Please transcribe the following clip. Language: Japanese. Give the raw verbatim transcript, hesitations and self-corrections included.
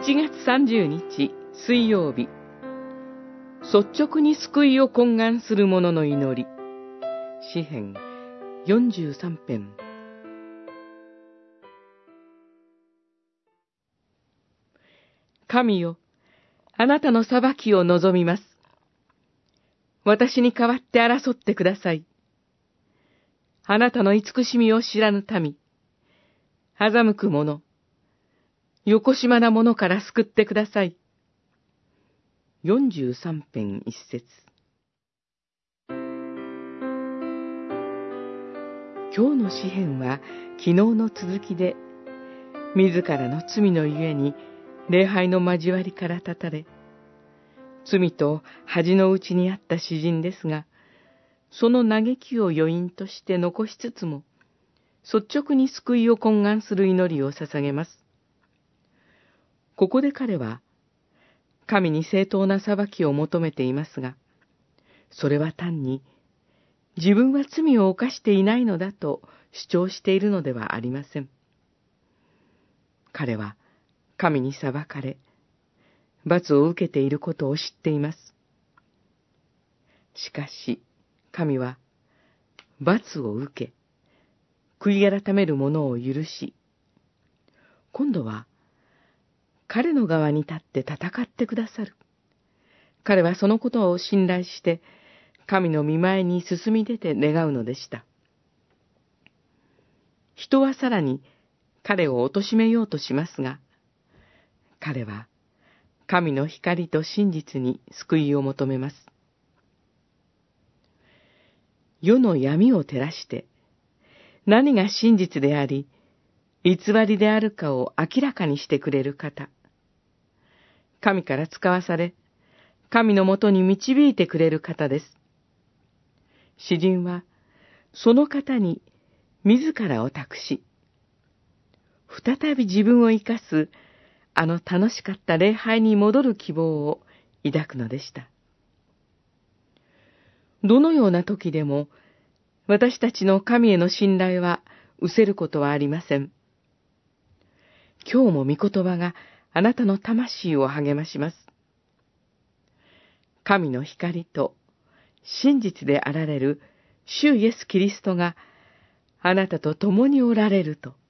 ちがつさんじゅうにち水曜日、率直に救いを懇願する者の祈り。詩編よんじゅうさんぺん。神よ、あなたの裁きを望みます。私に代わって争ってください。あなたの慈しみを知らぬ民、欺く者、よこしまな者から救ってください。よんじゅうさんぺん一節。今日の詩編は昨日の続きで、自らの罪のゆえに礼拝の交わりから断たれ、罪と恥のうちにあった詩人ですが、その嘆きを余韻として残しつつも、率直に救いを懇願する祈りを捧げます。ここで彼は、神に正当な裁きを求めていますが、それは単に、自分は罪を犯していないのだと主張しているのではありません。彼は、神に裁かれ、罰を受けていることを知っています。しかし、神は、罰を受け、悔い改める者を許し、今度は、彼の側に立って戦ってくださる。彼はそのことを信頼して、神の御前に進み出て願うのでした。人はさらに彼を貶めようとしますが、彼は神の光と真実に救いを求めます。世の闇を照らして、何が真実であり、偽りであるかを明らかにしてくれる方。神から使わされ、神のもとに導いてくれる方です。詩人は、その方に自らを託し、再び自分を生かす、あの楽しかった礼拝に戻る希望を抱くのでした。どのような時でも、私たちの神への信頼は失せることはありません。今日も御言葉があなたの魂を励まします。神の光と真実であられる主イエス・キリストがあなたと共におられると